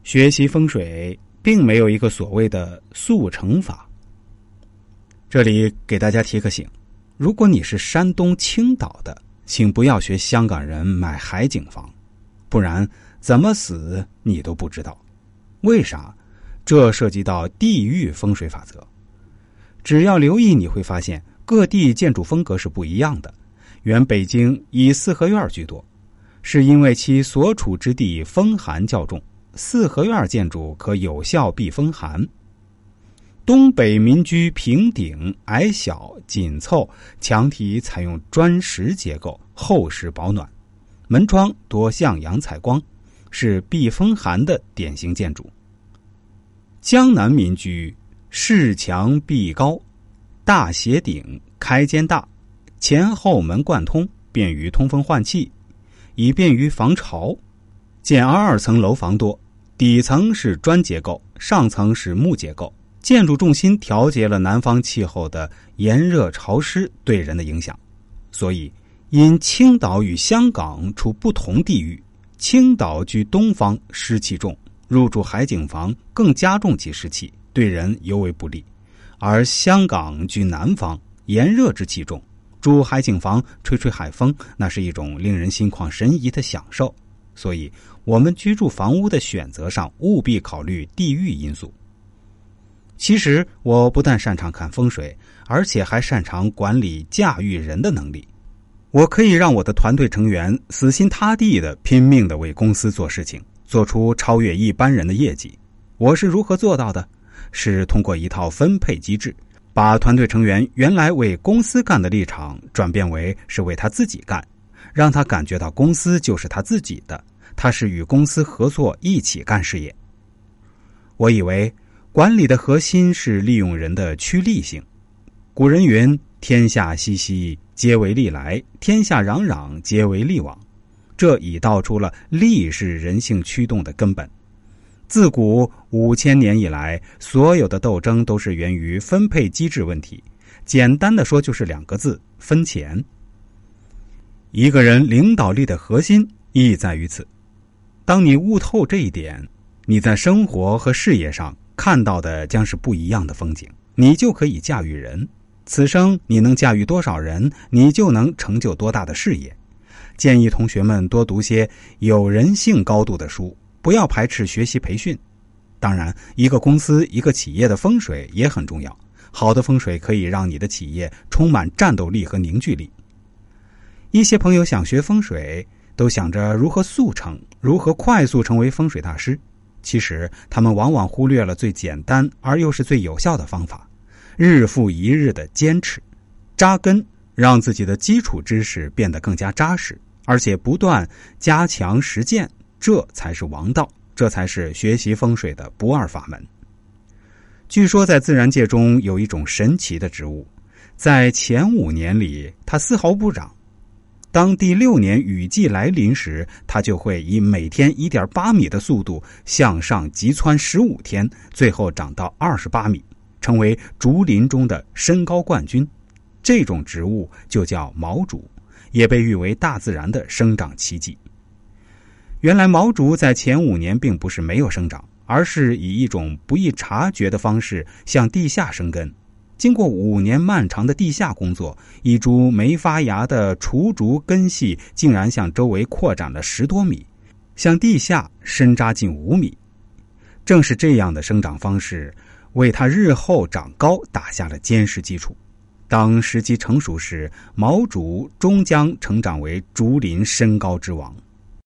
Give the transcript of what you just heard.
学习风水并没有一个所谓的速成法。这里给大家提个醒，如果你是山东青岛的，请不要学香港人买海景房，不然怎么死你都不知道。为啥？这涉及到地域风水法则。只要留意，你会发现各地建筑风格是不一样的。原北京以四合院居多，是因为其所处之地风寒较重，四合院建筑可有效避风寒。东北民居平顶、矮小、紧凑，墙体采用砖石结构，厚实保暖，门窗多向阳采光，是避风寒的典型建筑。江南民居市墙壁高，大斜顶，开间大，前后门贯通，便于通风换气，以便于防潮。建22层楼房多，底层是砖结构，上层是木结构，建筑重心调节了南方气候的炎热潮湿对人的影响。所以因青岛与香港处不同地域，青岛居东方，湿气重，入住海景房更加重其湿气，对人尤为不利。而香港居南方，炎热之气重，住海景房吹吹海风，那是一种令人心旷神怡的享受。所以我们居住房屋的选择上务必考虑地域因素。其实我不但擅长看风水，而且还擅长管理驾驭人的能力。我可以让我的团队成员死心塌地的拼命的为公司做事情，做出超越一般人的业绩。我是如何做到的？是通过一套分配机制，把团队成员原来为公司干的立场转变为是为他自己干，让他感觉到公司就是他自己的，他是与公司合作一起干事业。我以为管理的核心是利用人的趋利性。古人云：天下熙熙，皆为利来；天下攘攘，皆为利往。这已道出了利是人性驱动的根本。自古5000年以来，所有的斗争都是源于分配机制问题。简单的说，就是2个字：分钱。一个人领导力的核心亦在于此。当你悟透这一点，你在生活和事业上看到的将是不一样的风景，你就可以驾驭人。此生你能驾驭多少人，你就能成就多大的事业。建议同学们多读些有人性高度的书，不要排斥学习培训。当然，一个公司、一个企业的风水也很重要。好的风水可以让你的企业充满战斗力和凝聚力。一些朋友想学风水，都想着如何速成，如何快速成为风水大师。其实他们往往忽略了最简单而又是最有效的方法：日复一日的坚持、扎根，让自己的基础知识变得更加扎实，而且不断加强实践，这才是王道，这才是学习风水的不二法门。据说在自然界中有一种神奇的植物，在前5年里它丝毫不长，当第6年雨季来临时，它就会以每天 1.8 米的速度向上急蹿15天，最后长到28米，成为竹林中的身高冠军。这种植物就叫毛竹，也被誉为大自然的生长奇迹。原来毛竹在前5年并不是没有生长，而是以一种不易察觉的方式向地下生根。经过5年漫长的地下工作，一株没发芽的雏竹根系竟然向周围扩展了10多米，向地下深扎近5米。正是这样的生长方式，为它日后长高打下了坚实基础。当时机成熟时，毛竹终将成长为竹林身高之王。